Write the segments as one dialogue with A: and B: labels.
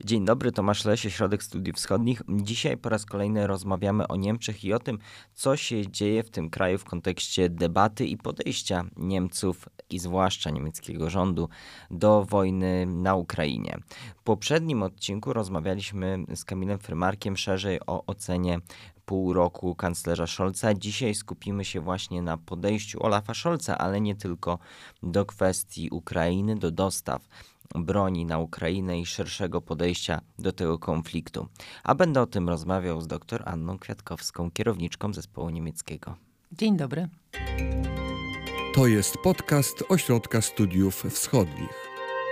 A: Dzień dobry, Tomasz Lesie, Środek Studiów Wschodnich. Dzisiaj po raz kolejny rozmawiamy o Niemczech i o tym, co się dzieje w tym kraju w kontekście debaty i podejścia Niemców i zwłaszcza niemieckiego rządu do wojny na Ukrainie. W poprzednim odcinku rozmawialiśmy z Kamilem Frymarkiem szerzej o ocenie pół roku kanclerza Scholza. Dzisiaj skupimy się właśnie na podejściu Olafa Scholza, ale nie tylko do kwestii Ukrainy, do dostaw broni na Ukrainę i szerszego podejścia do tego konfliktu. A będę o tym rozmawiał z dr Anną Kwiatkowską, kierowniczką zespołu niemieckiego.
B: Dzień dobry.
C: To jest podcast Ośrodka Studiów Wschodnich.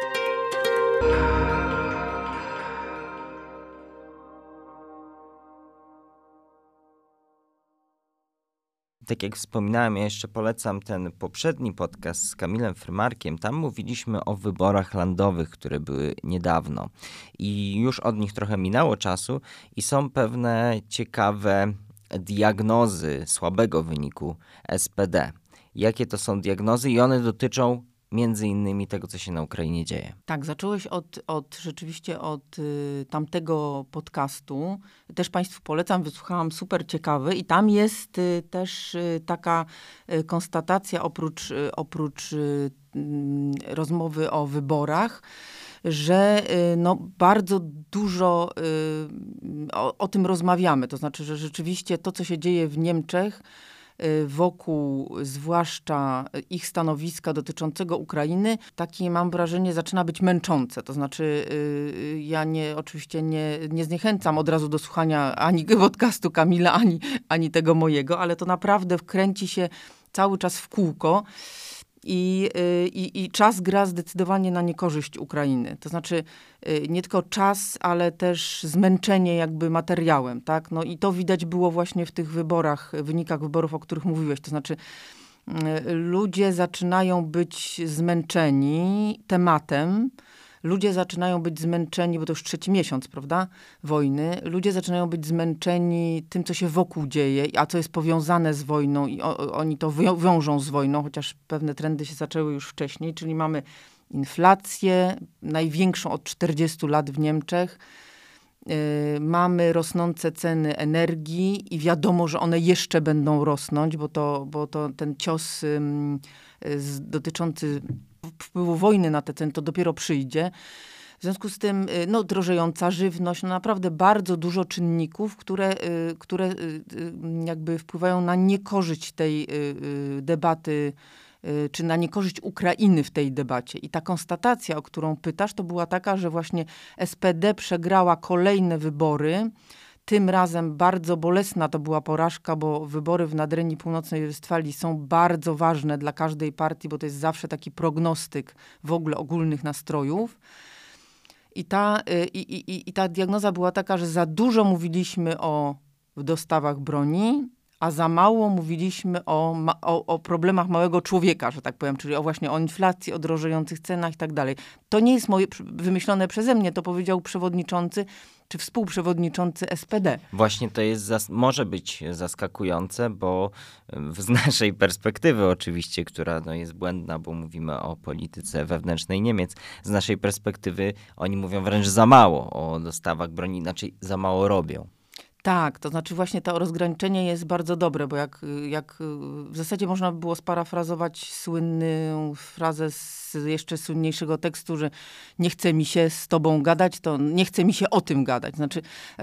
A: Tak jak wspominałem, ja jeszcze polecam ten poprzedni podcast z Kamilem Frymarkiem. Tam mówiliśmy o wyborach landowych, które były niedawno. I już od nich trochę minęło czasu i są pewne ciekawe diagnozy słabego wyniku SPD. Jakie to są diagnozy i one dotyczą między innymi tego, co się na Ukrainie dzieje.
B: Tak, zacząłeś rzeczywiście od tamtego podcastu. Też Państwu polecam, wysłuchałam, super ciekawy i tam jest też taka konstatacja oprócz rozmowy o wyborach, że bardzo dużo o tym rozmawiamy. To znaczy, że rzeczywiście to, co się dzieje w Niemczech, wokół zwłaszcza ich stanowiska dotyczącego Ukrainy, takie mam wrażenie zaczyna być męczące. To znaczy ja oczywiście nie zniechęcam od razu do słuchania ani podcastu Kamila, ani tego mojego, ale to naprawdę wkręci się cały czas w kółko. I czas gra zdecydowanie na niekorzyść Ukrainy. To znaczy nie tylko czas, ale też zmęczenie jakby materiałem, tak? No i to widać było właśnie w tych wynikach wyborów, o których mówiłeś. To znaczy ludzie zaczynają być zmęczeni tematem, ludzie zaczynają być zmęczeni, bo to już 3. miesiąc, prawda, wojny. Ludzie zaczynają być zmęczeni tym, co się wokół dzieje, a co jest powiązane z wojną i oni to wiążą z wojną, chociaż pewne trendy się zaczęły już wcześniej, czyli mamy inflację, największą od 40 lat w Niemczech. Mamy rosnące ceny energii i wiadomo, że one jeszcze będą rosnąć, bo to ten cios dotyczący wpływu wojny na te ceny to dopiero przyjdzie. W związku z tym drożejąca żywność, naprawdę bardzo dużo czynników, które jakby wpływają na niekorzyść tej debaty, czy na niekorzyść Ukrainy w tej debacie. I ta konstatacja, o którą pytasz, to była taka, że właśnie SPD przegrała kolejne wybory. Tym razem bardzo bolesna to była porażka, bo wybory w Nadrenii Północnej Westfalii są bardzo ważne dla każdej partii, bo to jest zawsze taki prognostyk w ogóle ogólnych nastrojów. I ta diagnoza była taka, że za dużo mówiliśmy o dostawach broni, a za mało mówiliśmy o problemach małego człowieka, że tak powiem, czyli właśnie o inflacji, o drożejących cenach i tak dalej. To nie jest wymyślone przeze mnie, to powiedział przewodniczący czy współprzewodniczący SPD.
A: Właśnie to może być zaskakujące, bo z naszej perspektywy oczywiście, która jest błędna, bo mówimy o polityce wewnętrznej Niemiec, z naszej perspektywy oni mówią wręcz za mało o dostawach broni, inaczej za mało robią.
B: Tak, to znaczy właśnie to rozgraniczenie jest bardzo dobre, bo jak w zasadzie można by było sparafrazować słynną frazę z jeszcze słynniejszego tekstu, że nie chce mi się z tobą gadać, to nie chce mi się o tym gadać. Znaczy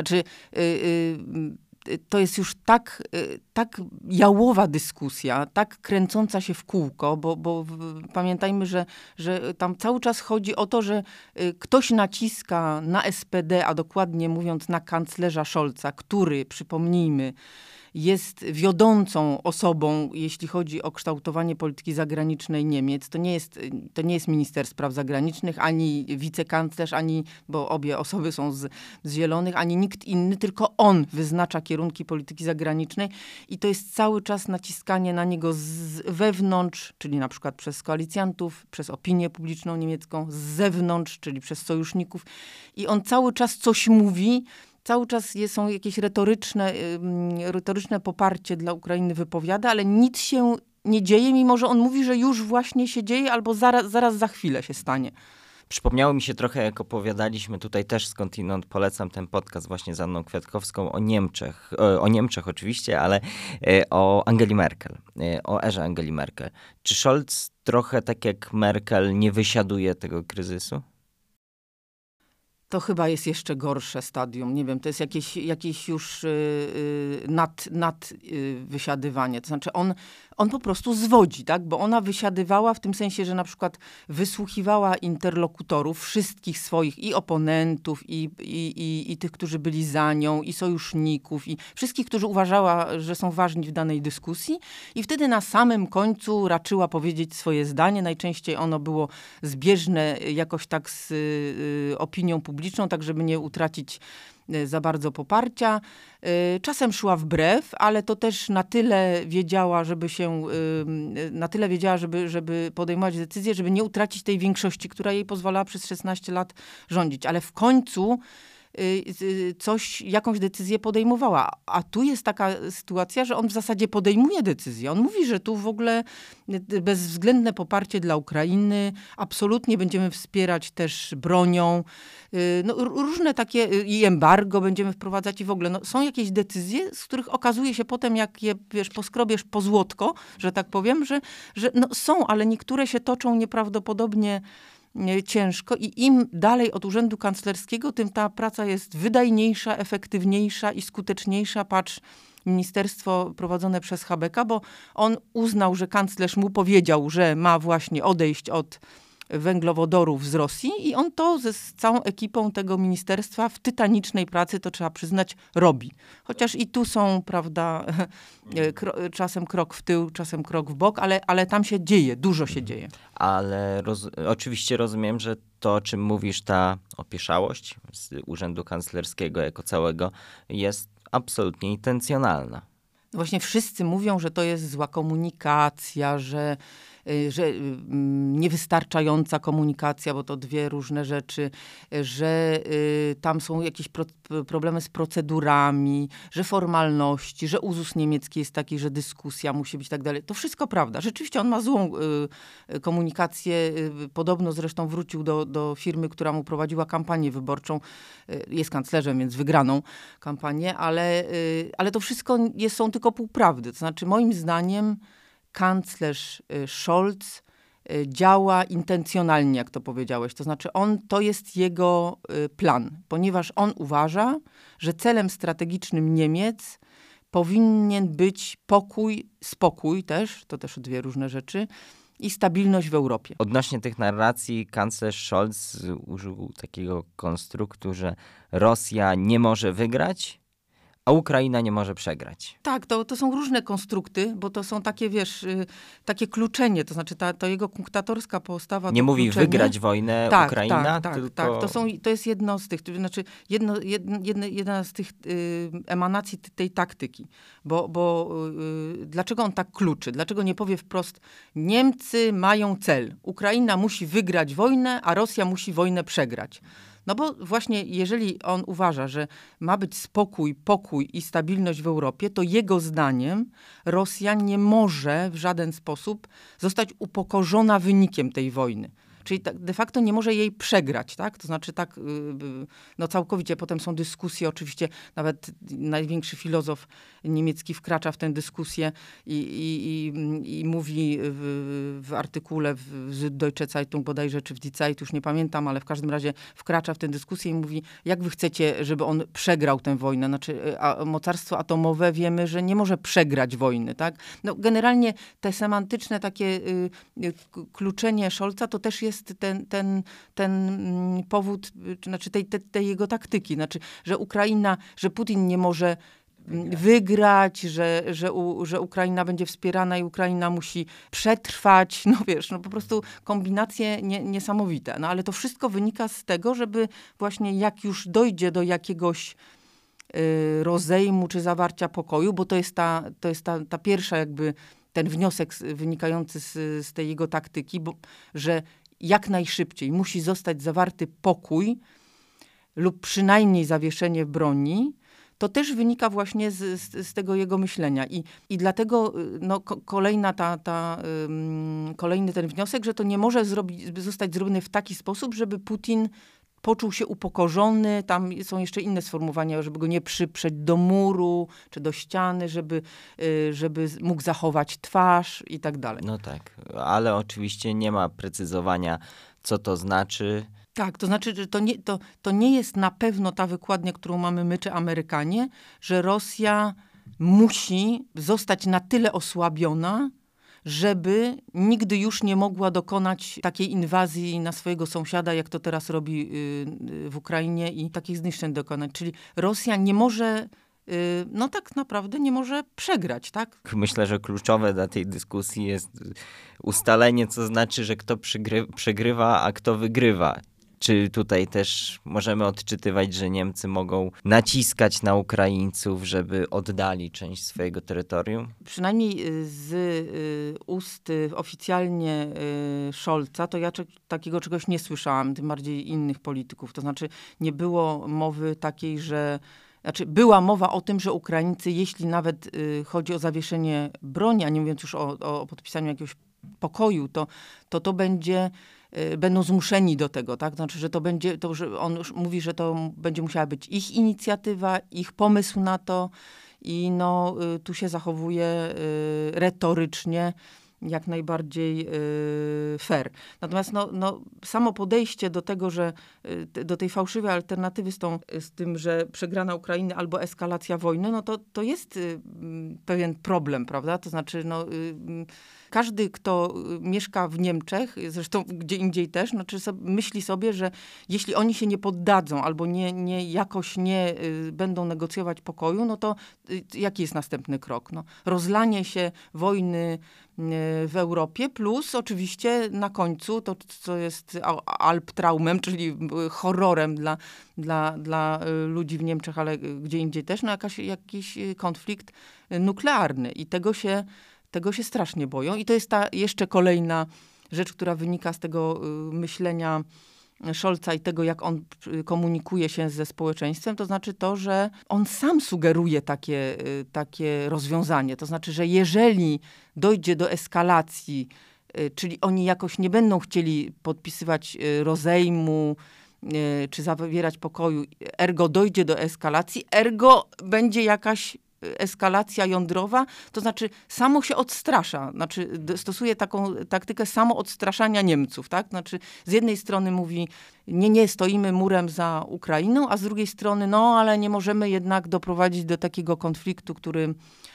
B: to jest już tak jałowa dyskusja, tak kręcąca się w kółko, bo pamiętajmy, że tam cały czas chodzi o to, że ktoś naciska na SPD, a dokładnie mówiąc na kanclerza Scholza, który, przypomnijmy, jest wiodącą osobą, jeśli chodzi o kształtowanie polityki zagranicznej Niemiec. To nie jest minister spraw zagranicznych, ani wicekanclerz, bo obie osoby są z Zielonych, ani nikt inny, tylko on wyznacza kierunki polityki zagranicznej i to jest cały czas naciskanie na niego z wewnątrz, czyli na przykład przez koalicjantów, przez opinię publiczną niemiecką, z zewnątrz, czyli przez sojuszników i on cały czas coś mówi. Cały czas są jakieś retoryczne poparcie dla Ukrainy wypowiada, ale nic się nie dzieje, mimo że on mówi, że już właśnie się dzieje albo zaraz za chwilę się stanie.
A: Przypomniało mi się trochę, jak opowiadaliśmy tutaj też skądinąd, polecam ten podcast właśnie z Anną Kwiatkowską o Niemczech oczywiście, ale o Angeli Merkel, o erze Angeli Merkel. Czy Scholz trochę tak jak Merkel nie wysiaduje tego kryzysu?
B: To chyba jest jeszcze gorsze stadium. Nie wiem, to jest jakieś już wysiadywanie. To znaczy on po prostu zwodzi, tak? Bo ona wysiadywała w tym sensie, że na przykład wysłuchiwała interlokutorów, wszystkich swoich i oponentów, i tych, którzy byli za nią, i sojuszników, i wszystkich, którzy uważała, że są ważni w danej dyskusji. I wtedy na samym końcu raczyła powiedzieć swoje zdanie. Najczęściej ono było zbieżne jakoś tak z opinią publiczną, tak żeby nie utracić za bardzo poparcia. Czasem szła wbrew, ale to też na tyle wiedziała, żeby podejmować decyzje, żeby nie utracić tej większości, która jej pozwalała przez 16 lat rządzić. Ale w końcu jakąś decyzję podejmowała. A tu jest taka sytuacja, że on w zasadzie podejmuje decyzję. On mówi, że tu w ogóle bezwzględne poparcie dla Ukrainy, absolutnie będziemy wspierać też bronią, różne takie i embargo będziemy wprowadzać i w ogóle są jakieś decyzje, z których okazuje się potem, jak je poskrobiesz po złotko, że tak powiem, że są, ale niektóre się toczą nieprawdopodobnie ciężko i im dalej od urzędu kanclerskiego, tym ta praca jest wydajniejsza, efektywniejsza i skuteczniejsza. Patrz, ministerstwo prowadzone przez Habecka, bo on uznał, że kanclerz mu powiedział, że ma właśnie odejść od węglowodorów z Rosji i on to z całą ekipą tego ministerstwa w tytanicznej pracy, to trzeba przyznać, robi. Chociaż i tu są, prawda, czasem krok w tył, czasem krok w bok, ale tam się dzieje, dużo się dzieje.
A: Ale oczywiście rozumiem, że to, o czym mówisz, ta opieszałość z urzędu kanclerskiego jako całego jest absolutnie intencjonalna.
B: Właśnie wszyscy mówią, że to jest zła komunikacja, że niewystarczająca komunikacja, bo to dwie różne rzeczy, że tam są jakieś problemy z procedurami, że formalności, że uzus niemiecki jest taki, że dyskusja musi być i tak dalej. To wszystko prawda. Rzeczywiście on ma złą komunikację. Podobno zresztą wrócił do firmy, która mu prowadziła kampanię wyborczą. Jest kanclerzem, więc wygraną kampanię, ale to wszystko są tylko półprawdy. To znaczy moim zdaniem kanclerz Scholz działa intencjonalnie, jak to powiedziałeś. To znaczy to jest jego plan, ponieważ on uważa, że celem strategicznym Niemiec powinien być spokój też, to też dwie różne rzeczy, i stabilność w Europie.
A: Odnośnie tych narracji kanclerz Scholz użył takiego konstruktu, że Rosja nie może wygrać, a Ukraina nie może przegrać.
B: Tak, to są różne konstrukty, bo to są takie, takie kluczenie, to znaczy to jego kunktatorska postawa.
A: Nie mówi
B: kluczenie.
A: wygrać wojnę Ukraina, tylko...
B: Tak, to jest jedno z tych, znaczy jedna z tych emanacji tej taktyki. Bo dlaczego on tak kluczy? Dlaczego nie powie wprost, Niemcy mają cel, Ukraina musi wygrać wojnę, a Rosja musi wojnę przegrać. No bo właśnie jeżeli on uważa, że ma być pokój i stabilność w Europie, to jego zdaniem Rosja nie może w żaden sposób zostać upokorzona wynikiem tej wojny. Czyli de facto nie może jej przegrać, tak? To znaczy tak, całkowicie. Potem są dyskusje, oczywiście nawet największy filozof niemiecki wkracza w tę dyskusję i mówi w artykule w Süddeutsche Zeitung bodajże, czy w Die Zeit, już nie pamiętam, ale w każdym razie wkracza w tę dyskusję i mówi, jak wy chcecie, żeby on przegrał tę wojnę? Znaczy, mocarstwo atomowe wiemy, że nie może przegrać wojny, tak? Generalnie te semantyczne takie kluczenie Scholza to też jest ten powód, znaczy tej jego taktyki, znaczy, że Putin nie może wygrać, że Ukraina będzie wspierana i Ukraina musi przetrwać. Po prostu kombinacje niesamowite. Ale to wszystko wynika z tego, żeby właśnie jak już dojdzie do jakiegoś rozejmu czy zawarcia pokoju, bo to jest ta pierwsza jakby ten wniosek wynikający z tej jego taktyki, że jak najszybciej musi zostać zawarty pokój lub przynajmniej zawieszenie broni, to też wynika właśnie z tego jego myślenia. I dlatego kolejny ten wniosek, że to nie może zostać zrobione w taki sposób, żeby Putin poczuł się upokorzony. Tam są jeszcze inne sformułowania, żeby go nie przyprzeć do muru czy do ściany, żeby mógł zachować twarz i tak dalej.
A: No tak, ale oczywiście nie ma precyzowania, co to znaczy.
B: Tak, to znaczy, że to nie jest na pewno ta wykładnia, którą mamy my czy Amerykanie, że Rosja musi zostać na tyle osłabiona, żeby nigdy już nie mogła dokonać takiej inwazji na swojego sąsiada, jak to teraz robi w Ukrainie i takich zniszczeń dokonać. Czyli Rosja nie może, tak naprawdę nie może przegrać, tak?
A: Myślę, że kluczowe dla tej dyskusji jest ustalenie, co znaczy, że kto przegrywa, a kto wygrywa. Czy tutaj też możemy odczytywać, że Niemcy mogą naciskać na Ukraińców, żeby oddali część swojego terytorium?
B: Przynajmniej z ust oficjalnie Scholza, to ja takiego czegoś nie słyszałam, tym bardziej innych polityków. To znaczy nie było mowy takiej, była mowa o tym, że Ukraińcy, jeśli nawet chodzi o zawieszenie broni, a nie mówiąc już o podpisaniu jakiegoś pokoju, to będą zmuszeni do tego, tak? Znaczy, że on już mówi, że to będzie musiała być ich inicjatywa, ich pomysł na to i tu się zachowuje retorycznie jak najbardziej fair. Natomiast samo podejście do tego, że do tej fałszywej alternatywy z tym, że przegrana Ukrainy albo eskalacja wojny, to jest pewien problem, prawda? To znaczy, każdy, kto mieszka w Niemczech, zresztą gdzie indziej też, myśli sobie, że jeśli oni się nie poddadzą albo jakoś nie będą negocjować pokoju, to jaki jest następny krok? Rozlanie się wojny w Europie, plus oczywiście na końcu to, co jest Albtraumem, czyli horrorem dla ludzi w Niemczech, ale gdzie indziej też, jakiś konflikt nuklearny. I tego się strasznie boją. I to jest ta jeszcze kolejna rzecz, która wynika z tego myślenia Scholza i tego, jak on komunikuje się ze społeczeństwem, to znaczy to, że on sam sugeruje takie rozwiązanie. To znaczy, że jeżeli dojdzie do eskalacji, czyli oni jakoś nie będą chcieli podpisywać rozejmu, czy zawierać pokoju, ergo dojdzie do eskalacji, ergo będzie jakaś eskalacja jądrowa, to znaczy samo się odstrasza, stosuje taką taktykę samoodstraszania Niemców, tak? Znaczy z jednej strony mówi, nie stoimy murem za Ukrainą, a z drugiej strony, ale nie możemy jednak doprowadzić do takiego konfliktu, który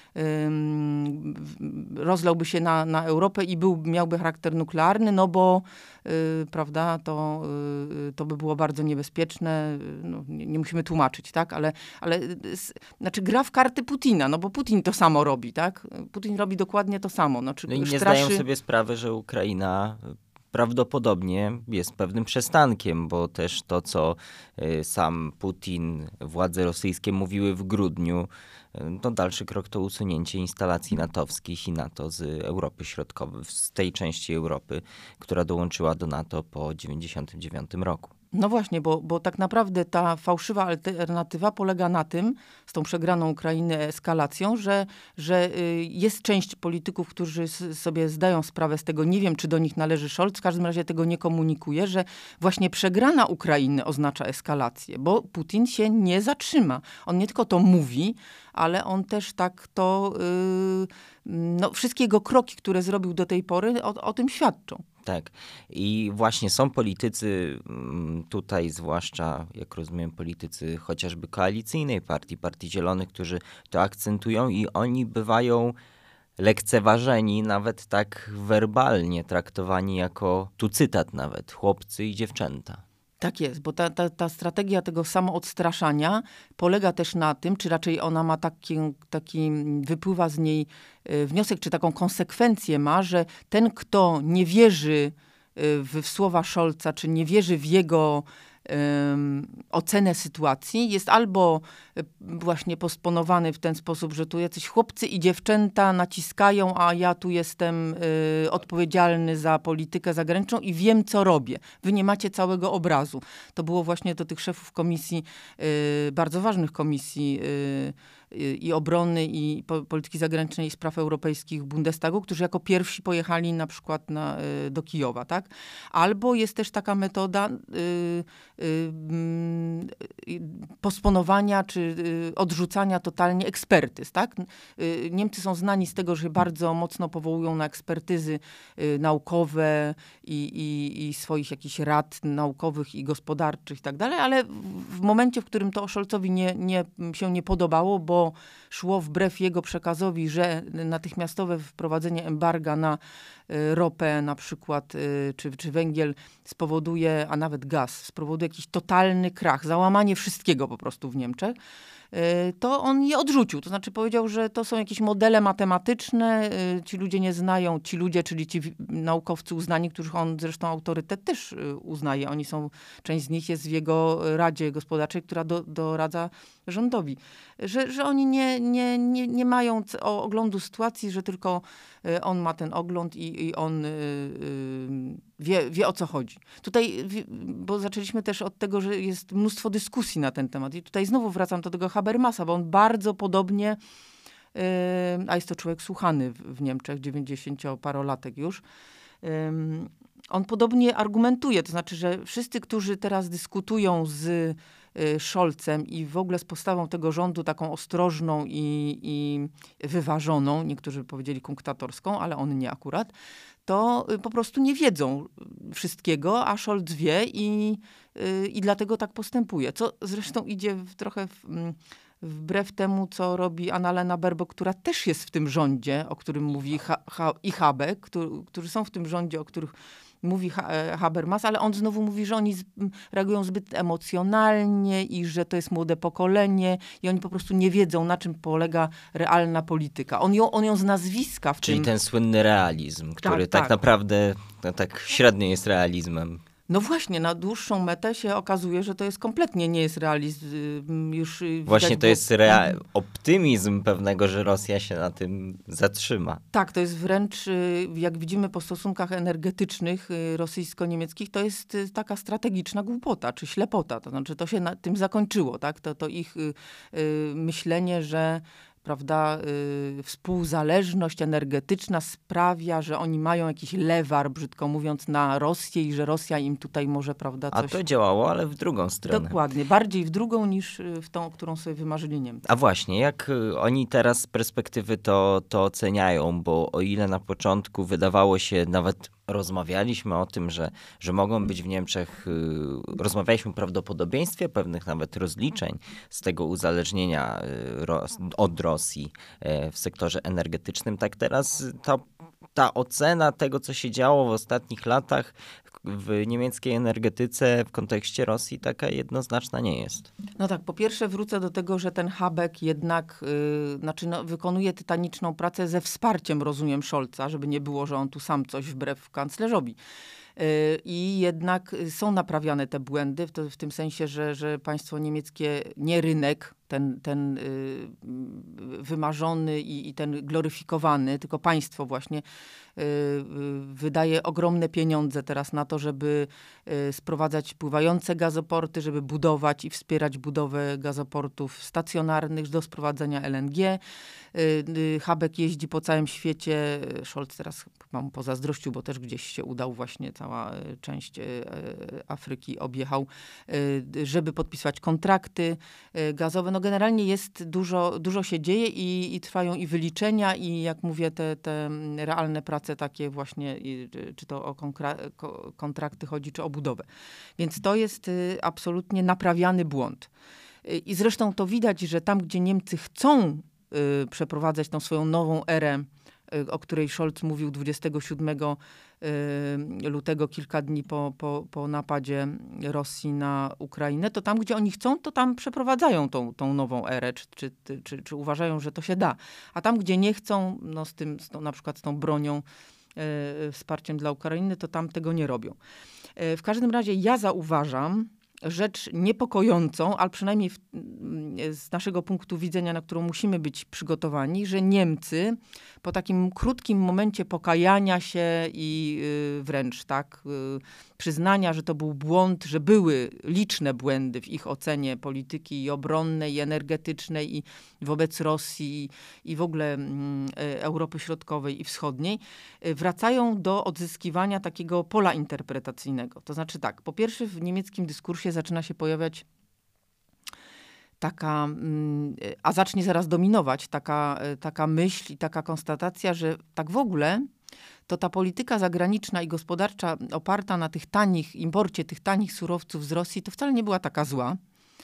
B: rozlałby się na Europę i miałby charakter nuklearny, bo prawda, to by było bardzo niebezpieczne. Nie musimy tłumaczyć, tak? Ale gra w karty Putina, bo Putin to samo robi, tak? Putin robi dokładnie to samo.
A: I nie zdają sobie sprawy, że Ukraina prawdopodobnie jest pewnym przestankiem, bo też to, co sam Putin, władze rosyjskie mówiły w grudniu, dalszy krok to usunięcie instalacji natowskich i NATO z Europy Środkowej, z tej części Europy, która dołączyła do NATO po 1999 roku.
B: No właśnie, bo tak naprawdę ta fałszywa alternatywa polega na tym, z tą przegraną Ukrainy eskalacją, że jest część polityków, którzy sobie zdają sprawę z tego, nie wiem, czy do nich należy Scholz, w każdym razie tego nie komunikuje, że właśnie przegrana Ukrainy oznacza eskalację, bo Putin się nie zatrzyma. On nie tylko to mówi, ale on też tak wszystkie jego kroki, które zrobił do tej pory, o tym świadczą.
A: Tak. I właśnie są politycy tutaj, zwłaszcza, jak rozumiem, politycy chociażby koalicyjnej Partii Zielonych, którzy to akcentują i oni bywają lekceważeni, nawet tak werbalnie traktowani jako, tu cytat nawet, chłopcy i dziewczęta.
B: Tak jest, bo ta strategia tego samoodstraszania polega też na tym, czy raczej ona ma taki wypływa z niej wniosek, czy taką konsekwencję ma, że ten, kto nie wierzy w słowa Scholza, czy nie wierzy w jego ocenę sytuacji. Jest albo właśnie posponowany w ten sposób, że tu jacyś chłopcy i dziewczęta naciskają, a ja tu jestem odpowiedzialny za politykę zagraniczną i wiem, co robię. Wy nie macie całego obrazu. To było właśnie do tych szefów komisji, bardzo ważnych komisji i obrony, i polityki zagranicznej, i spraw europejskich Bundestagu, którzy jako pierwsi pojechali na przykład do Kijowa, tak? Albo jest też taka metoda posponowania czy odrzucania totalnie ekspertyz, tak? Niemcy są znani z tego, że bardzo mocno powołują na ekspertyzy naukowe i swoich jakichś rad naukowych i gospodarczych i tak dalej, ale w momencie, w którym to Scholzowi się nie podobało, bo szło wbrew jego przekazowi, że natychmiastowe wprowadzenie embarga na ropę na przykład, czy węgiel spowoduje, a nawet gaz, spowoduje jakiś totalny krach, załamanie wszystkiego po prostu w Niemczech, to on je odrzucił. To znaczy powiedział, że to są jakieś modele matematyczne, ci ludzie nie znają, ci ludzie, czyli ci naukowcy uznani, których on zresztą autorytet też uznaje. Część z nich jest w jego Radzie Gospodarczej, która doradza rządowi. Że oni nie mają oglądu sytuacji, że tylko on ma ten ogląd i on wie, o co chodzi. Tutaj, bo zaczęliśmy też od tego, że jest mnóstwo dyskusji na ten temat. I tutaj znowu wracam do tego Habermasa, bo on bardzo podobnie, a jest to człowiek słuchany w Niemczech, 90-parolatek już, on podobnie argumentuje. To znaczy, że wszyscy, którzy teraz dyskutują z Scholzem i w ogóle z postawą tego rządu taką ostrożną i wyważoną, niektórzy powiedzieli kunktatorską, ale on nie akurat, to po prostu nie wiedzą wszystkiego, a Scholz wie i dlatego tak postępuje. Co zresztą idzie trochę wbrew temu, co robi Annalena Baerbock, która też jest w tym rządzie, o którym mówi i Habeck, którzy są w tym rządzie, o których mówi Habermas, ale on znowu mówi, że oni reagują zbyt emocjonalnie i że to jest młode pokolenie i oni po prostu nie wiedzą, na czym polega realna polityka. On ją z nazwiska
A: Czyli ten słynny realizm, który tak naprawdę tak średnio jest realizmem.
B: No właśnie, na dłuższą metę się okazuje, że to jest kompletnie nie jest realizm. Już
A: właśnie to jest optymizm pewnego, że Rosja się na tym zatrzyma.
B: Tak, to jest wręcz, jak widzimy po stosunkach energetycznych rosyjsko-niemieckich, to jest taka strategiczna głupota, czy ślepota. To znaczy, to się na tym zakończyło, tak? To ich myślenie, że prawda, współzależność energetyczna sprawia, że oni mają jakiś lewar, brzydko mówiąc, na Rosję i że Rosja im tutaj może, prawda, coś...
A: A to działało, ale w drugą stronę.
B: Dokładnie, bardziej w drugą niż w tą, którą sobie wymarzyli Niemcy.
A: A właśnie, jak oni teraz z perspektywy to oceniają, bo o ile na początku wydawało się, nawet rozmawialiśmy o tym, że mogą być w Niemczech, rozmawialiśmy o prawdopodobieństwie pewnych nawet rozliczeń z tego uzależnienia od Rosji w sektorze energetycznym, tak teraz ta ocena tego, co się działo w ostatnich latach w niemieckiej energetyce w kontekście Rosji taka jednoznaczna nie jest.
B: No tak, po pierwsze wrócę do tego, że ten Habeck jednak wykonuje tytaniczną pracę ze wsparciem, rozumiem, Scholza, żeby nie było, że on tu sam coś wbrew kanclerzowi. I jednak są naprawiane te błędy, w tym sensie, że państwo niemieckie, nie rynek, ten wymarzony i ten gloryfikowany, tylko państwo właśnie wydaje ogromne pieniądze teraz na to, żeby sprowadzać pływające gazoporty, żeby budować i wspierać budowę gazoportów stacjonarnych do sprowadzenia LNG. Habeck jeździ po całym świecie. Scholz teraz mam pozazdrościł, bo też gdzieś się udał, właśnie cała część Afryki objechał, żeby podpisywać kontrakty gazowe. No generalnie jest dużo się dzieje i trwają i wyliczenia i jak mówię, te realne prace takie właśnie, czy to o kontrakty chodzi, czy o budowę. Więc to jest absolutnie naprawiany błąd. I zresztą to widać, że tam, gdzie Niemcy chcą przeprowadzać tą swoją nową erę, o której Scholz mówił 27 lutego, kilka dni po napadzie Rosji na Ukrainę, to tam, gdzie oni chcą, to tam przeprowadzają tą nową erę, czy uważają, że to się da. A tam, gdzie nie chcą, no na przykład z tą bronią, wsparciem dla Ukrainy, to tam tego nie robią. W każdym razie ja zauważam, rzecz niepokojącą, ale przynajmniej z naszego punktu widzenia, na którą musimy być przygotowani, że Niemcy po takim krótkim momencie pokajania się i wręcz przyznania, że to był błąd, że były liczne błędy w ich ocenie polityki i obronnej, i energetycznej, i wobec Rosji, i w ogóle Europy Środkowej i Wschodniej, wracają do odzyskiwania takiego pola interpretacyjnego. To znaczy tak, po pierwsze w niemieckim dyskursie zaczyna się pojawiać taka, a zacznie zaraz dominować taka myśl i taka konstatacja, że tak w ogóle to ta polityka zagraniczna i gospodarcza oparta na imporcie tych tanich surowców z Rosji, to wcale nie była taka zła,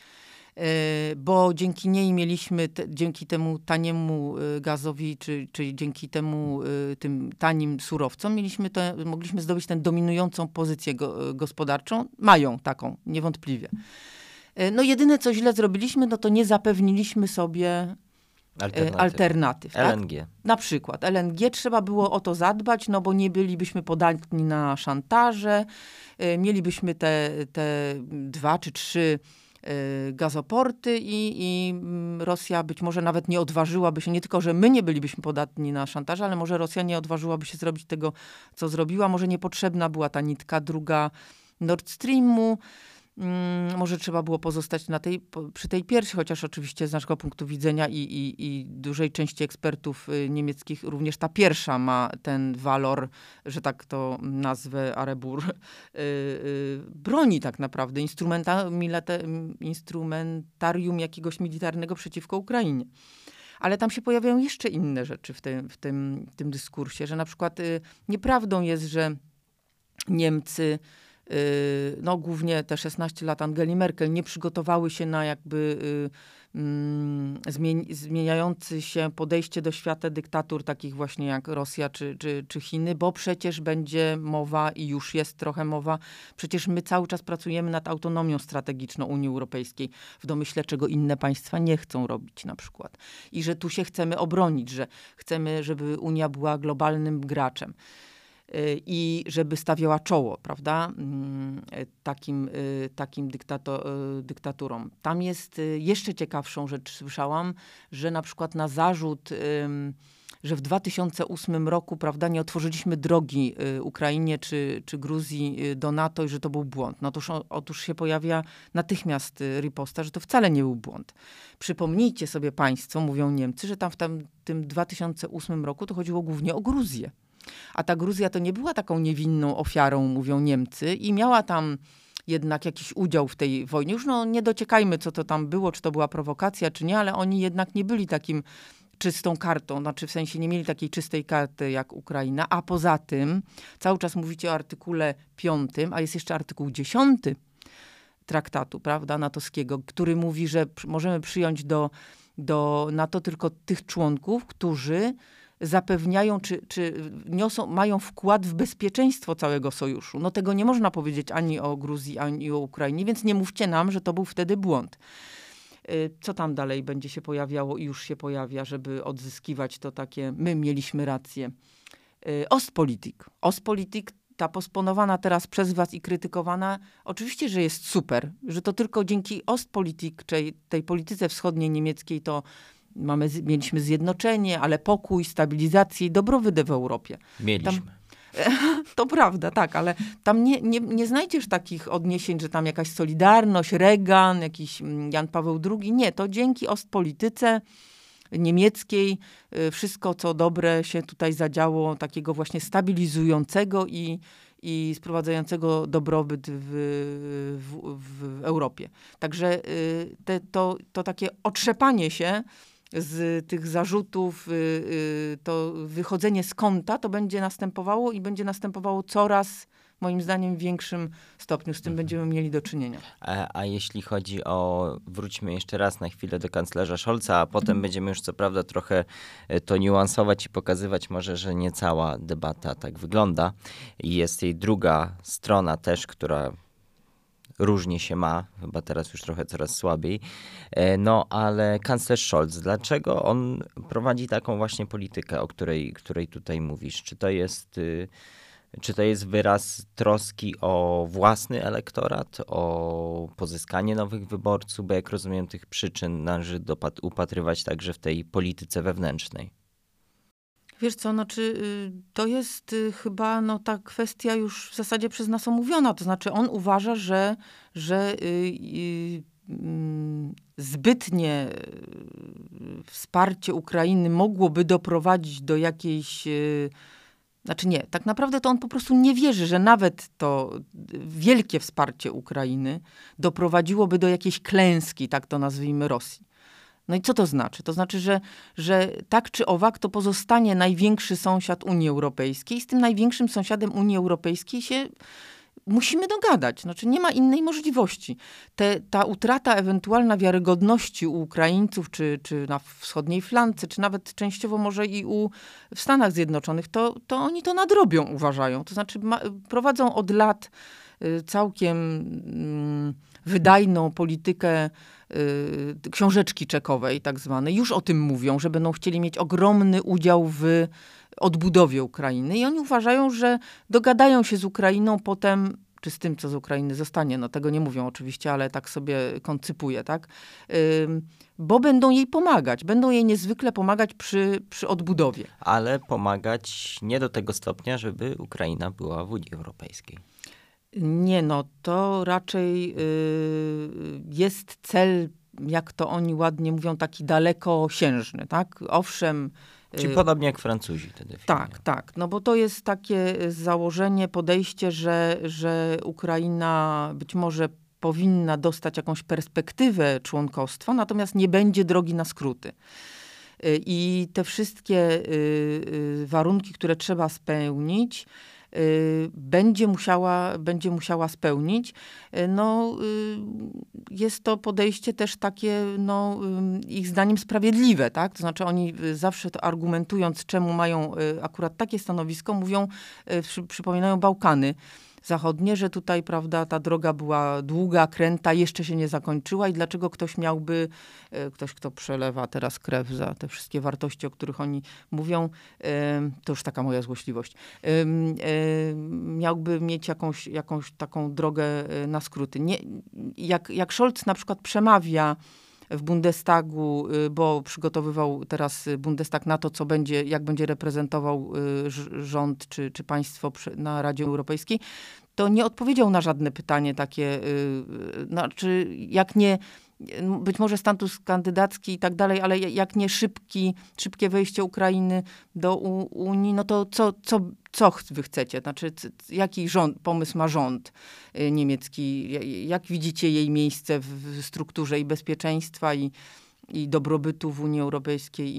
B: bo dzięki niej mieliśmy, dzięki temu taniemu gazowi, czy dzięki tym tanim surowcom, mogliśmy zdobyć tę dominującą pozycję gospodarczą. Mają taką, niewątpliwie. No jedyne, co źle zrobiliśmy, no to nie zapewniliśmy sobie alternatyw.
A: LNG.
B: Tak? Na przykład LNG trzeba było o to zadbać, no bo nie bylibyśmy podatni na szantaże, mielibyśmy te 2 czy 3 gazoporty i Rosja być może nawet nie odważyłaby się, nie tylko, że my nie bylibyśmy podatni na szantaż, ale może Rosja nie odważyłaby się zrobić tego, co zrobiła. Może niepotrzebna była ta nitka druga Nord Streamu. Może trzeba było pozostać przy tej pierwszej, chociaż oczywiście z naszego punktu widzenia i dużej części ekspertów niemieckich również ta pierwsza ma ten walor, że tak to nazwę Arebur, broni tak naprawdę, instrumentarium jakiegoś militarnego przeciwko Ukrainie. Ale tam się pojawiają jeszcze inne rzeczy w tym dyskursie, że na przykład nieprawdą jest, że Niemcy, no głównie te 16 lat Angeli Merkel, nie przygotowały się na jakby zmieniające się podejście do świata dyktatur takich właśnie jak Rosja czy Chiny, bo przecież będzie mowa i już jest trochę mowa, przecież my cały czas pracujemy nad autonomią strategiczną Unii Europejskiej w domyśle, czego inne państwa nie chcą robić na przykład. I że tu się chcemy obronić, że chcemy, żeby Unia była globalnym graczem. I żeby stawiała czoło, prawda, takim dyktaturom. Tam jest jeszcze ciekawszą rzecz, słyszałam, że na przykład na zarzut, że w 2008 roku, prawda, nie otworzyliśmy drogi Ukrainie czy Gruzji do NATO i że to był błąd. No otóż się pojawia natychmiast riposta, że to wcale nie był błąd. Przypomnijcie sobie państwo, mówią Niemcy, że tam w tym 2008 roku to chodziło głównie o Gruzję. A ta Gruzja to nie była taką niewinną ofiarą, mówią Niemcy, i miała tam jednak jakiś udział w tej wojnie. Już nie dociekajmy, co to tam było, czy to była prowokacja, czy nie, ale oni jednak nie byli takim czystą kartą, znaczy w sensie nie mieli takiej czystej karty jak Ukraina, a poza tym cały czas mówicie o artykule 5, a jest jeszcze artykuł 10 traktatu, prawda, natowskiego, który mówi, że możemy przyjąć do NATO tylko tych członków, którzy zapewniają, czy mają wkład w bezpieczeństwo całego sojuszu. No tego nie można powiedzieć ani o Gruzji, ani o Ukrainie, więc nie mówcie nam, że to był wtedy błąd. Co tam dalej będzie się pojawiało i już się pojawia, żeby odzyskiwać to takie, my mieliśmy rację. Ostpolitik, ta posponowana teraz przez was i krytykowana, oczywiście, że jest super, że to tylko dzięki Ostpolitik, czyli tej polityce wschodniej niemieckiej, to mieliśmy zjednoczenie, ale pokój, stabilizację i dobrobyt w Europie.
A: Mieliśmy.
B: To prawda, tak, ale tam nie znajdziesz takich odniesień, że tam jakaś Solidarność, Reagan, jakiś Jan Paweł II. Nie, to dzięki Ostpolityce niemieckiej wszystko, co dobre się tutaj zadziało, takiego właśnie stabilizującego i sprowadzającego dobrobyt w Europie. Także to takie otrzepanie się z tych zarzutów, to wychodzenie z kąta, to będzie następowało i będzie następowało coraz, moim zdaniem, w większym stopniu. Z tym będziemy mieli do czynienia.
A: A jeśli chodzi wróćmy jeszcze raz na chwilę do kanclerza Scholza, a potem będziemy już co prawda trochę to niuansować i pokazywać może, że nie cała debata tak wygląda. I jest jej druga strona też, która różnie się ma, chyba teraz już trochę coraz słabiej. No ale kanclerz Scholz, dlaczego on prowadzi taką właśnie politykę, o której tutaj mówisz? Czy to jest Czy to jest wyraz troski o własny elektorat, o pozyskanie nowych wyborców? Bo jak rozumiem, tych przyczyn należy upatrywać także w tej polityce wewnętrznej.
B: Wiesz co, to jest chyba ta kwestia już w zasadzie przez nas omówiona. To znaczy on uważa, że zbytnie wsparcie Ukrainy mogłoby doprowadzić do jakiejś... Znaczy nie, tak naprawdę to on po prostu nie wierzy, że nawet to wielkie wsparcie Ukrainy doprowadziłoby do jakiejś klęski, tak to nazwijmy, Rosji. No i co to znaczy? To znaczy, że tak czy owak to pozostanie największy sąsiad Unii Europejskiej. Z tym największym sąsiadem Unii Europejskiej się musimy dogadać. Znaczy nie ma innej możliwości. Ta utrata ewentualna wiarygodności u Ukraińców, czy na wschodniej flance, czy nawet częściowo może i w Stanach Zjednoczonych, to oni to nadrobią, uważają. To znaczy prowadzą od lat całkiem wydajną politykę książeczki czekowej tak zwanej. Już o tym mówią, że będą chcieli mieć ogromny udział w odbudowie Ukrainy i oni uważają, że dogadają się z Ukrainą potem, czy z tym, co z Ukrainy zostanie, no tego nie mówią oczywiście, ale tak sobie koncypuję, tak? Bo będą jej pomagać, będą jej niezwykle pomagać przy odbudowie.
A: Ale pomagać nie do tego stopnia, żeby Ukraina była w Unii Europejskiej.
B: Nie, to raczej jest cel, jak to oni ładnie mówią, taki dalekosiężny, tak? Owszem.
A: Czyli podobnie jak Francuzi to definiują.
B: Tak. No bo to jest takie założenie, podejście, że Ukraina być może powinna dostać jakąś perspektywę członkostwa, natomiast nie będzie drogi na skróty. I te wszystkie warunki, które trzeba spełnić, będzie musiała spełnić. Jest to podejście też takie, ich zdaniem sprawiedliwe, tak? To znaczy oni zawsze to argumentując, czemu mają akurat takie stanowisko, mówią, przypominają Bałkany Zachodnie, że tutaj, prawda, ta droga była długa, kręta, jeszcze się nie zakończyła i dlaczego ktoś, kto przelewa teraz krew za te wszystkie wartości, o których oni mówią, to już taka moja złośliwość, miałby mieć jakąś taką drogę na skróty. Nie, jak Scholz na przykład przemawia w Bundestagu, bo przygotowywał teraz Bundestag na to, jak będzie reprezentował rząd czy państwo na Radzie Europejskiej, to nie odpowiedział na żadne pytanie takie, znaczy jak nie, być może status kandydacki i tak dalej, ale jak nie szybkie wejście Ukrainy do Unii, no to co wy chcecie? Znaczy, jaki pomysł ma rząd niemiecki? Jak widzicie jej miejsce w strukturze i bezpieczeństwa i dobrobytu w Unii Europejskiej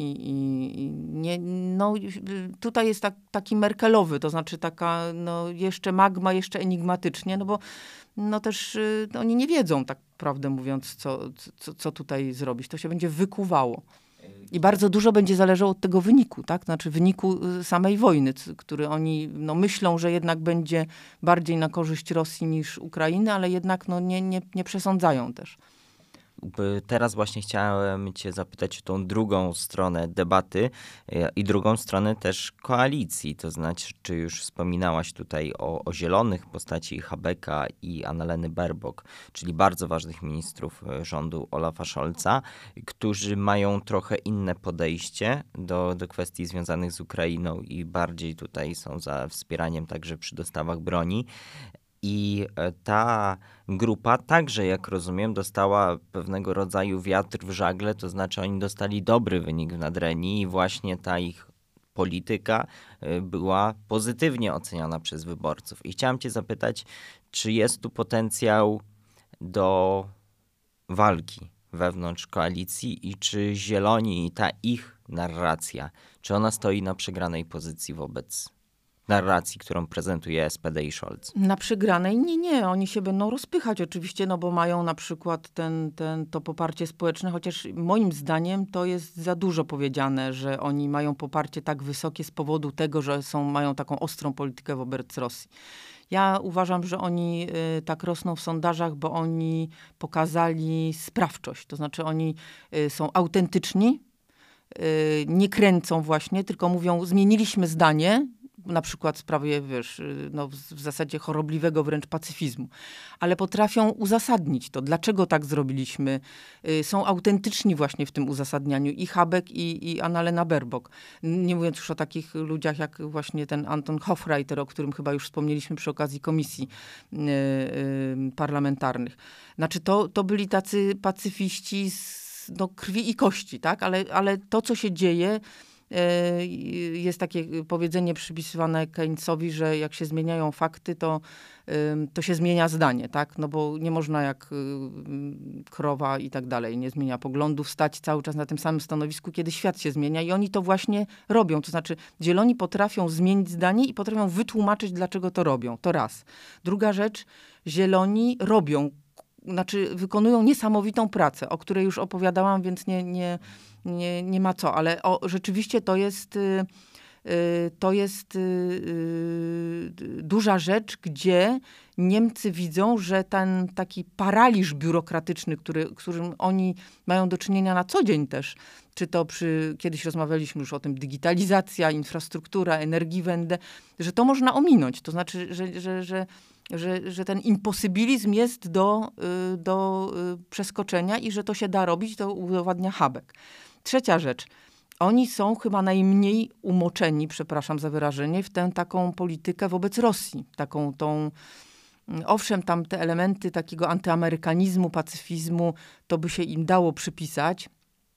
B: tutaj jest taki merkelowy, to znaczy taka jeszcze magma, jeszcze enigmatycznie, bo też oni nie wiedzą, tak prawdę mówiąc, co tutaj zrobić. To się będzie wykuwało. I bardzo dużo będzie zależało od tego wyniku, tak? Znaczy wyniku samej wojny, który oni myślą, że jednak będzie bardziej na korzyść Rosji niż Ukrainy, ale jednak nie przesądzają też.
A: Teraz właśnie chciałem cię zapytać o tą drugą stronę debaty i drugą stronę też koalicji. To znaczy, czy już wspominałaś tutaj o Zielonych w postaci Habecka i Annaleny Baerbock, czyli bardzo ważnych ministrów rządu Olafa Scholza, którzy mają trochę inne podejście do kwestii związanych z Ukrainą i bardziej tutaj są za wspieraniem także przy dostawach broni. I ta grupa także, jak rozumiem, dostała pewnego rodzaju wiatr w żagle, to znaczy oni dostali dobry wynik w Nadrenii i właśnie ta ich polityka była pozytywnie oceniana przez wyborców. I chciałam cię zapytać, czy jest tu potencjał do walki wewnątrz koalicji i czy Zieloni i ta ich narracja, czy ona stoi na przegranej pozycji wobec narracji, którą prezentuje SPD i Scholz?
B: Na przegranej? Nie. Oni się będą rozpychać oczywiście, bo mają na przykład to poparcie społeczne, chociaż moim zdaniem to jest za dużo powiedziane, że oni mają poparcie tak wysokie z powodu tego, że mają taką ostrą politykę wobec Rosji. Ja uważam, że oni tak rosną w sondażach, bo oni pokazali sprawczość. To znaczy oni są autentyczni, nie kręcą właśnie, tylko mówią, zmieniliśmy zdanie, na przykład w sprawie, w zasadzie chorobliwego wręcz pacyfizmu. Ale potrafią uzasadnić to, dlaczego tak zrobiliśmy. Są autentyczni właśnie w tym uzasadnianiu i Habeck, i Annalena Baerbock. Nie mówiąc już o takich ludziach jak właśnie ten Anton Hofreiter, o którym chyba już wspomnieliśmy przy okazji komisji parlamentarnych. Znaczy to byli tacy pacyfiści z krwi i kości, tak? Ale to, co się dzieje, jest takie powiedzenie przypisywane Keynesowi, że jak się zmieniają fakty, to się zmienia zdanie, tak? No bo nie można jak krowa i tak dalej, nie zmienia poglądów, stać cały czas na tym samym stanowisku, kiedy świat się zmienia i oni to właśnie robią. To znaczy zieloni potrafią zmienić zdanie i potrafią wytłumaczyć, dlaczego to robią. To raz. Druga rzecz, zieloni robią, znaczy wykonują niesamowitą pracę, o której już opowiadałam, więc nie ma co, ale rzeczywiście to jest duża rzecz, gdzie Niemcy widzą, że ten taki paraliż biurokratyczny, którym oni mają do czynienia na co dzień też, czy to kiedyś rozmawialiśmy już o tym, digitalizacja, infrastruktura, Energiewende, że to można ominąć. To znaczy, że ten imposybilizm jest do przeskoczenia i że to się da robić, to udowadnia Habeck. Trzecia rzecz. Oni są chyba najmniej umoczeni, przepraszam za wyrażenie, w tę taką politykę wobec Rosji. Owszem, tam te elementy takiego antyamerykanizmu, pacyfizmu, to by się im dało przypisać,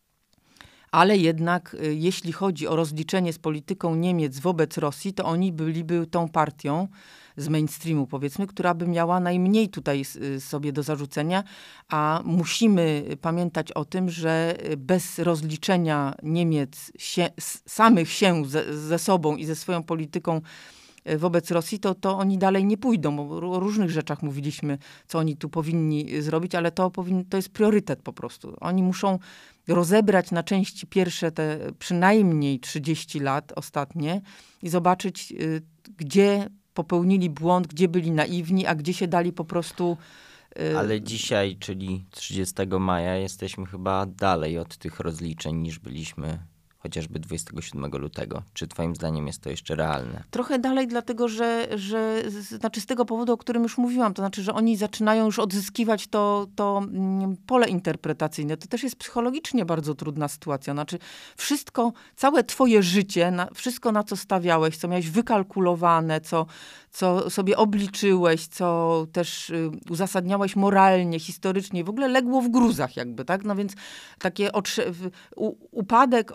B: ale jednak jeśli chodzi o rozliczenie z polityką Niemiec wobec Rosji, to oni byliby tą partią z mainstreamu, powiedzmy, która by miała najmniej tutaj sobie do zarzucenia, a musimy pamiętać o tym, że bez rozliczenia Niemiec samych się ze sobą i ze swoją polityką wobec Rosji, to oni dalej nie pójdą. O różnych rzeczach mówiliśmy, co oni tu powinni zrobić, ale to jest priorytet po prostu. Oni muszą rozebrać na części pierwsze te przynajmniej 30 lat ostatnie i zobaczyć, gdzie popełnili błąd, gdzie byli naiwni, a gdzie się dali po prostu...
A: Ale dzisiaj, czyli 30 maja, jesteśmy chyba dalej od tych rozliczeń niż byliśmy chociażby 27 lutego. Czy twoim zdaniem jest to jeszcze realne?
B: Trochę dalej, dlatego że znaczy z tego powodu, o którym już mówiłam, to znaczy, że oni zaczynają już odzyskiwać to pole interpretacyjne. To też jest psychologicznie bardzo trudna sytuacja. Znaczy wszystko, całe twoje życie, wszystko na co stawiałeś, co miałeś wykalkulowane, co sobie obliczyłeś, co też uzasadniałeś moralnie, historycznie, w ogóle legło w gruzach jakby, tak? No więc takie upadek,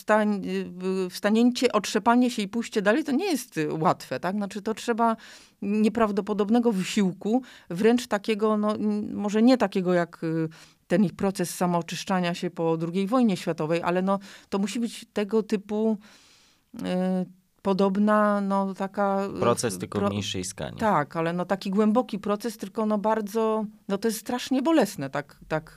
B: wstanięcie, otrzepanie się i pójście dalej, to nie jest łatwe, tak? Znaczy to trzeba nieprawdopodobnego wysiłku, wręcz takiego, no może nie takiego jak ten ich proces samooczyszczania się po II wojnie światowej, ale no to musi być tego typu podobna, no taka...
A: Proces tylko w mniejszej skali.
B: Tak, ale no taki głęboki proces, tylko no bardzo, no to jest strasznie bolesne, tak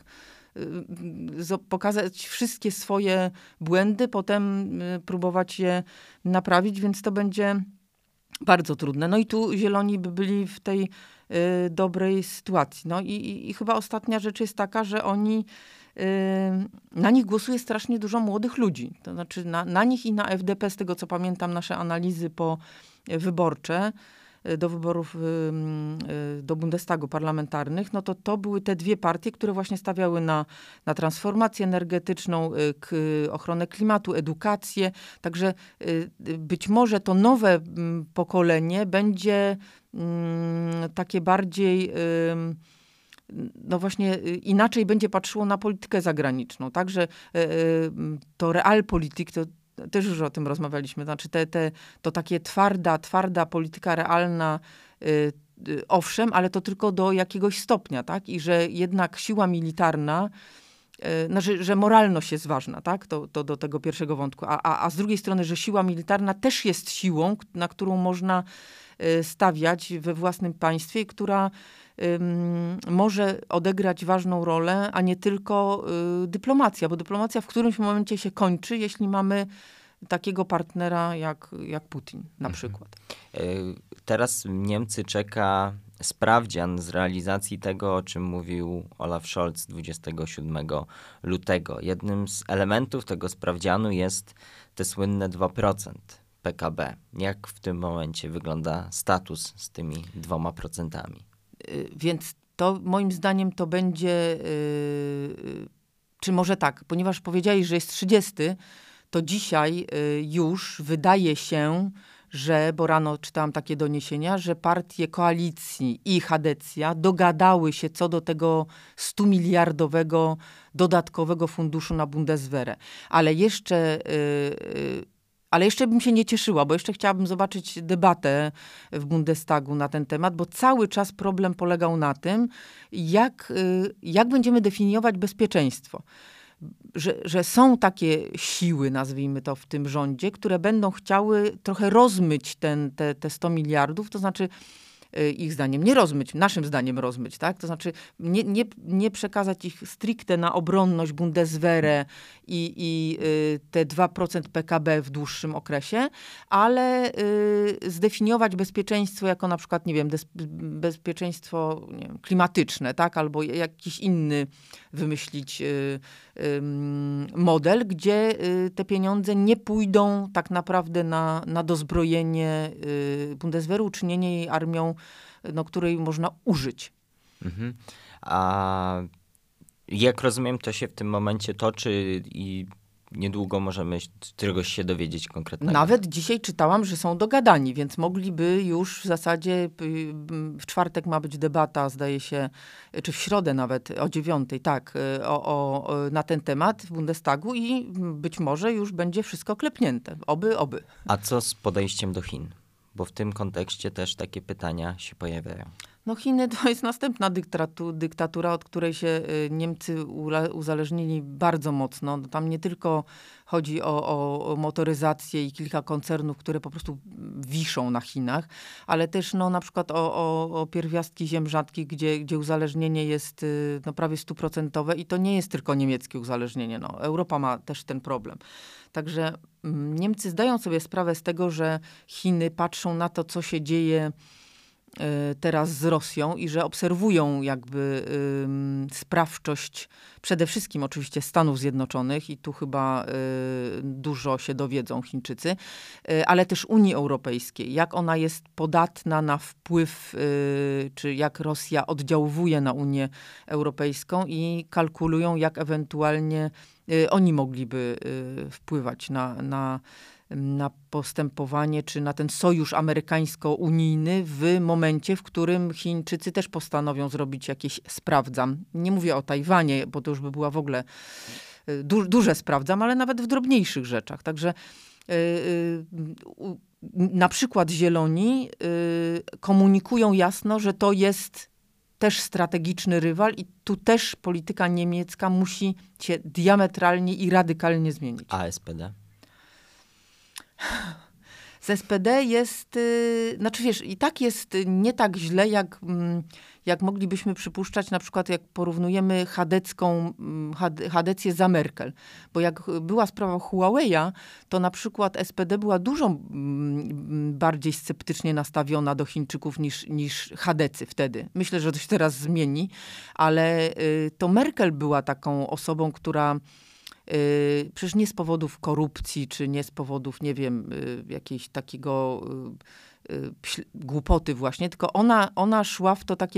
B: pokazać wszystkie swoje błędy, potem próbować je naprawić, więc to będzie bardzo trudne. No i tu zieloni by byli w tej dobrej sytuacji. No i chyba ostatnia rzecz jest taka, że oni na nich głosuje strasznie dużo młodych ludzi. To znaczy na nich i na FDP, z tego co pamiętam, nasze analizy wyborcze do wyborów do Bundestagu parlamentarnych, no to były te dwie partie, które właśnie stawiały na transformację energetyczną, ochronę klimatu, edukację. Także być może to nowe pokolenie będzie takie bardziej... no właśnie inaczej będzie patrzyło na politykę zagraniczną. Także to realpolitik, to też już o tym rozmawialiśmy, znaczy to takie twarda polityka realna, owszem, ale to tylko do jakiegoś stopnia, tak? I że jednak siła militarna, znaczy, że moralność jest ważna, tak? To do tego pierwszego wątku. A z drugiej strony, że siła militarna też jest siłą, na którą można stawiać we własnym państwie, która może odegrać ważną rolę, a nie tylko dyplomacja, bo dyplomacja w którymś momencie się kończy, jeśli mamy takiego partnera jak Putin na przykład.
A: Teraz Niemcy czeka sprawdzian z realizacji tego, o czym mówił Olaf Scholz 27 lutego. Jednym z elementów tego sprawdzianu jest te słynne 2%. PKB. Jak w tym momencie wygląda status z tymi 2%?
B: Więc to moim zdaniem to będzie, czy może tak, ponieważ powiedziałeś, że jest 30, to dzisiaj już wydaje się, że, bo rano czytałam takie doniesienia, że partie koalicji i Chadecja dogadały się co do tego 100-miliardowego dodatkowego funduszu na Bundeswehrę. Ale jeszcze bym się nie cieszyła, bo jeszcze chciałabym zobaczyć debatę w Bundestagu na ten temat, bo cały czas problem polegał na tym, jak będziemy definiować bezpieczeństwo. Że są takie siły, nazwijmy to, w tym rządzie, które będą chciały trochę rozmyć te 100 miliardów, to znaczy ich zdaniem nie rozmyć, naszym zdaniem rozmyć, tak? To znaczy nie przekazać ich stricte na obronność, Bundeswehrę i te 2% PKB w dłuższym okresie, ale zdefiniować bezpieczeństwo jako na przykład, nie wiem, bezpieczeństwo nie wiem, klimatyczne, tak? Albo jakiś inny wymyślić model, gdzie te pieniądze nie pójdą tak naprawdę na dozbrojenie Bundeswehru, uczynienie jej armią, której można użyć.
A: Mhm. A jak rozumiem, to się w tym momencie toczy i niedługo możemy czegoś się dowiedzieć konkretnego.
B: Nawet dzisiaj czytałam, że są dogadani, więc mogliby już w zasadzie, w czwartek ma być debata, zdaje się, czy w środę nawet o 9:00, tak, na ten temat w Bundestagu i być może już będzie wszystko klepnięte. Oby.
A: A co z podejściem do Chin? Bo w tym kontekście też takie pytania się pojawiają.
B: No Chiny to jest następna dyktatura, od której się Niemcy uzależnili bardzo mocno. No tam nie tylko chodzi o motoryzację i kilka koncernów, które po prostu wiszą na Chinach, ale też na przykład o pierwiastki ziem rzadkich, gdzie uzależnienie jest prawie 100% i to nie jest tylko niemieckie uzależnienie. Europa ma też ten problem. Także Niemcy zdają sobie sprawę z tego, że Chiny patrzą na to, co się dzieje teraz z Rosją i że obserwują jakby sprawczość przede wszystkim oczywiście Stanów Zjednoczonych i tu chyba dużo się dowiedzą Chińczycy, ale też Unii Europejskiej, jak ona jest podatna na wpływ, czy jak Rosja oddziałuje na Unię Europejską i kalkulują, jak ewentualnie oni mogliby wpływać na postępowanie, czy na ten sojusz amerykańsko-unijny w momencie, w którym Chińczycy też postanowią zrobić jakieś sprawdzam. Nie mówię o Tajwanie, bo to już by była w ogóle duże sprawdzam, ale nawet w drobniejszych rzeczach. Także na przykład Zieloni komunikują jasno, że to jest też strategiczny rywal i tu też polityka niemiecka musi się diametralnie i radykalnie zmienić.
A: A SPD?
B: Z SPD jest, znaczy wiesz, i tak jest nie tak źle, jak moglibyśmy przypuszczać, na przykład jak porównujemy Chadecję za Merkel. Bo jak była sprawa Huawei'a, to na przykład SPD była dużo bardziej sceptycznie nastawiona do Chińczyków niż Chadecy wtedy. Myślę, że to się teraz zmieni, ale to Merkel była taką osobą, która przecież nie z powodów korupcji, czy nie z powodów, nie wiem, jakiejś takiego głupoty właśnie, tylko ona szła w to takie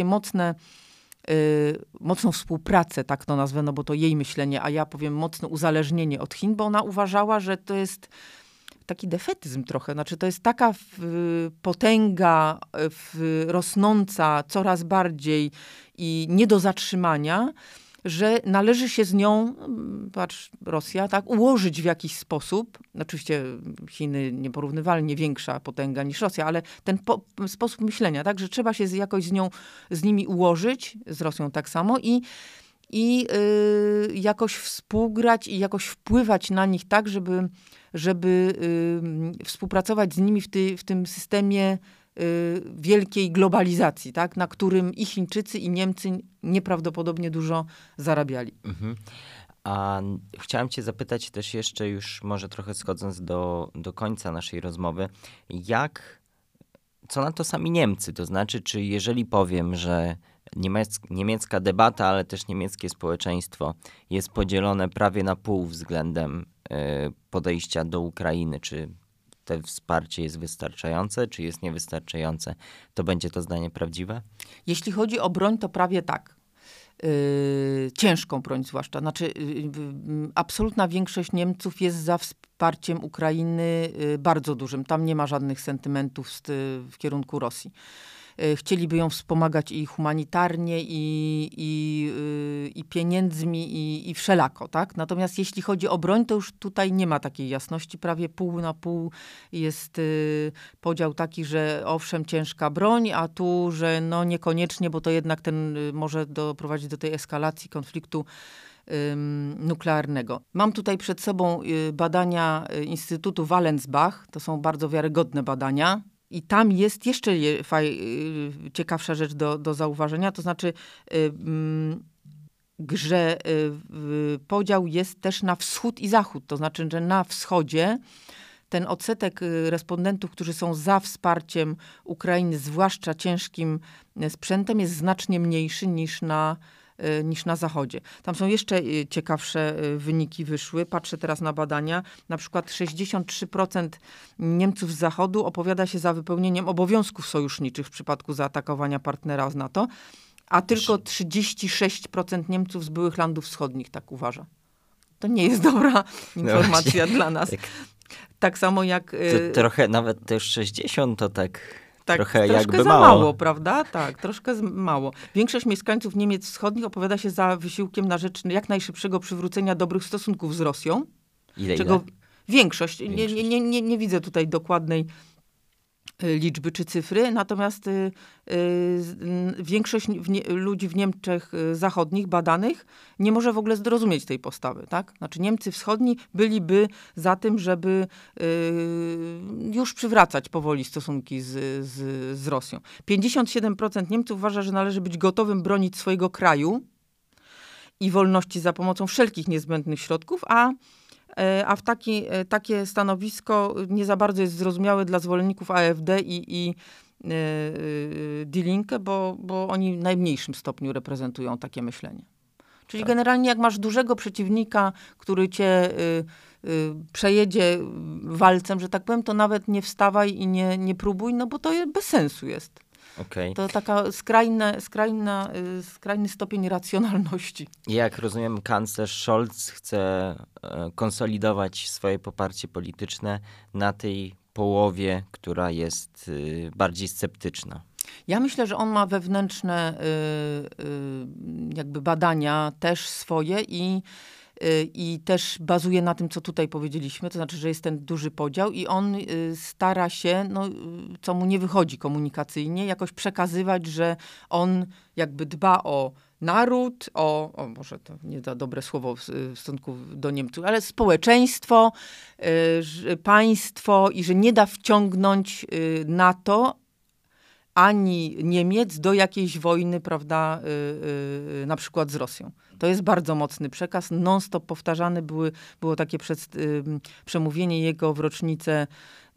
B: mocną współpracę, tak to nazwę, bo to jej myślenie, a ja powiem mocne uzależnienie od Chin, bo ona uważała, że to jest taki defetyzm trochę, znaczy to jest taka potęga rosnąca coraz bardziej i nie do zatrzymania, że należy się z nią, patrz, Rosja, tak, ułożyć w jakiś sposób. Oczywiście Chiny nieporównywalnie większa potęga niż Rosja, ale ten sposób myślenia, tak, że trzeba się jakoś z nimi ułożyć, z Rosją tak samo i jakoś współgrać i jakoś wpływać na nich tak, żeby współpracować z nimi w tym systemie wielkiej globalizacji, tak, na którym i Chińczycy, i Niemcy nieprawdopodobnie dużo zarabiali.
A: Mhm. A chciałem cię zapytać też jeszcze, już może trochę schodząc do końca naszej rozmowy, co na to sami Niemcy? To znaczy, czy jeżeli powiem, że niemiecka debata, ale też niemieckie społeczeństwo jest podzielone prawie na pół względem podejścia do Ukrainy, czy to wsparcie jest wystarczające, czy jest niewystarczające, to będzie to zdanie prawdziwe?
B: Jeśli chodzi o broń, to prawie tak. Ciężką broń zwłaszcza. Znaczy, absolutna większość Niemców jest za wsparciem Ukrainy bardzo dużym. Tam nie ma żadnych sentymentów w kierunku Rosji. Chcieliby ją wspomagać i humanitarnie, i pieniędzmi, i wszelako, tak? Natomiast jeśli chodzi o broń, to już tutaj nie ma takiej jasności. Prawie pół na pół jest podział taki, że owszem, ciężka broń, a tu, że no niekoniecznie, bo to jednak może doprowadzić do tej eskalacji konfliktu nuklearnego. Mam tutaj przed sobą badania Instytutu Wallensbach. To są bardzo wiarygodne badania. I tam jest jeszcze ciekawsza rzecz do zauważenia, to znaczy, że podział jest też na wschód i zachód. To znaczy, że na wschodzie ten odsetek respondentów, którzy są za wsparciem Ukrainy, zwłaszcza ciężkim sprzętem, jest znacznie mniejszy niż na Zachodzie. Tam są jeszcze ciekawsze wyniki wyszły. Patrzę teraz na badania. Na przykład 63% Niemców z Zachodu opowiada się za wypełnieniem obowiązków sojuszniczych w przypadku zaatakowania partnera z NATO, a tylko 36% Niemców z byłych landów wschodnich tak uważa. To nie jest dobra informacja dla nas. Tak samo jak...
A: Trochę, nawet też 60 to tak...
B: Tak,
A: trochę jakby
B: za
A: mało.
B: mało, prawda? Tak, troszkę mało. Większość mieszkańców Niemiec Wschodnich opowiada się za wysiłkiem na rzecz jak najszybszego przywrócenia dobrych stosunków z Rosją.
A: Ile?
B: Większość. Nie widzę tutaj dokładnej liczby czy cyfry, natomiast większość ludzi w Niemczech zachodnich badanych nie może w ogóle zrozumieć tej postawy, tak? Znaczy Niemcy wschodni byliby za tym, żeby już przywracać powoli stosunki z Rosją. 57% Niemców uważa, że należy być gotowym bronić swojego kraju i wolności za pomocą wszelkich niezbędnych środków, a takie stanowisko nie za bardzo jest zrozumiałe dla zwolenników AfD i Die Linke, bo oni w najmniejszym stopniu reprezentują takie myślenie. Czyli generalnie jak masz dużego przeciwnika, który cię przejedzie walcem, że tak powiem, to nawet nie wstawaj i nie próbuj, no bo to bez sensu jest.
A: Okay.
B: To taka skrajny stopień racjonalności.
A: Jak rozumiem, kanclerz Scholz chce konsolidować swoje poparcie polityczne na tej połowie, która jest bardziej sceptyczna.
B: Ja myślę, że on ma wewnętrzne jakby badania też swoje i też bazuje na tym, co tutaj powiedzieliśmy, to znaczy, że jest ten duży podział i on stara się, co mu nie wychodzi komunikacyjnie, jakoś przekazywać, że on jakby dba o naród, może to nie za dobre słowo w stosunku do Niemców, ale społeczeństwo, państwo i że nie da wciągnąć NATO ani Niemiec do jakiejś wojny, prawda, na przykład z Rosją. To jest bardzo mocny przekaz. Non-stop powtarzane było takie przemówienie jego w rocznicę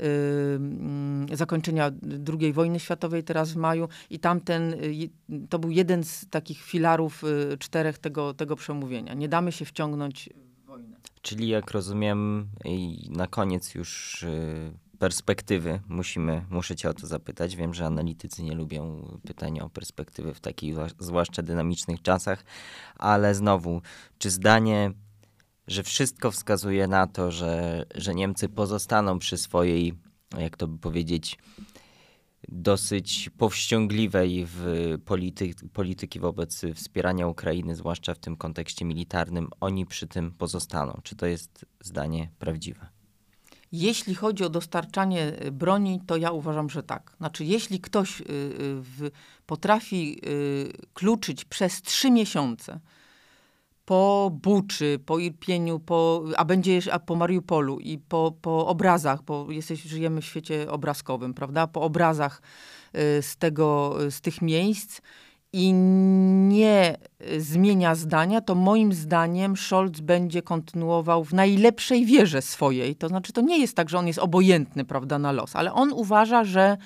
B: zakończenia II wojny światowej, teraz w maju. I to był jeden z takich filarów 4 tego przemówienia. Nie damy się wciągnąć w wojnę.
A: Czyli jak rozumiem, i na koniec już perspektywy, muszę cię o to zapytać. Wiem, że analitycy nie lubią pytania o perspektywy w takich zwłaszcza dynamicznych czasach, ale znowu, czy zdanie, że wszystko wskazuje na to, że Niemcy pozostaną przy swojej, jak to by powiedzieć, dosyć powściągliwej polityki wobec wspierania Ukrainy, zwłaszcza w tym kontekście militarnym, oni przy tym pozostaną? Czy to jest zdanie prawdziwe?
B: Jeśli chodzi o dostarczanie broni, to ja uważam, że tak. Znaczy, jeśli ktoś potrafi kluczyć przez 3 miesiące po Buczy, po Irpieniu, po Mariupolu i po obrazach, bo żyjemy w świecie obrazkowym, prawda? Po obrazach z tych miejsc i nie zmienia zdania, to moim zdaniem Scholz będzie kontynuował w najlepszej wierze swojej. To znaczy, to nie jest tak, że on jest obojętny, prawda, na los, ale on uważa,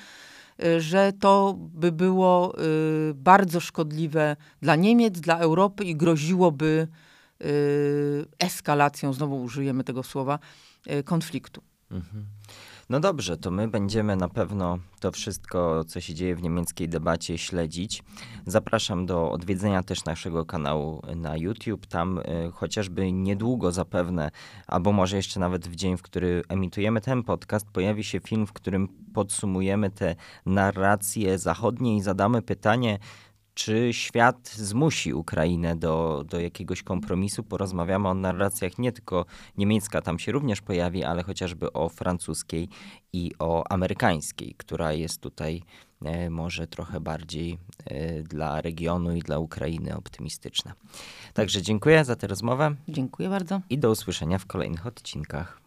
B: że to by było bardzo szkodliwe dla Niemiec, dla Europy i groziłoby eskalacją, znowu użyjemy tego słowa, konfliktu.
A: Mhm. No dobrze, to my będziemy na pewno to wszystko, co się dzieje w niemieckiej debacie, śledzić. Zapraszam do odwiedzenia też naszego kanału na YouTube. Tam chociażby niedługo zapewne, albo może jeszcze nawet w dzień, w który emitujemy ten podcast, pojawi się film, w którym podsumujemy te narracje zachodnie i zadamy pytanie, czy świat zmusi Ukrainę do jakiegoś kompromisu? Porozmawiamy o narracjach, nie tylko niemiecka tam się również pojawi, ale chociażby o francuskiej i o amerykańskiej, która jest tutaj może trochę bardziej dla regionu i dla Ukrainy optymistyczna. Także dziękuję za tę rozmowę.
B: Dziękuję bardzo.
A: I do usłyszenia w kolejnych odcinkach.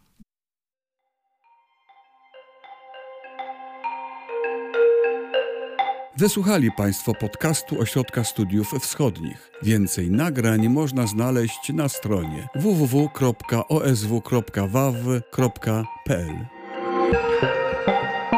C: Wysłuchali Państwo podcastu Ośrodka Studiów Wschodnich. Więcej nagrań można znaleźć na stronie www.osw.waw.pl.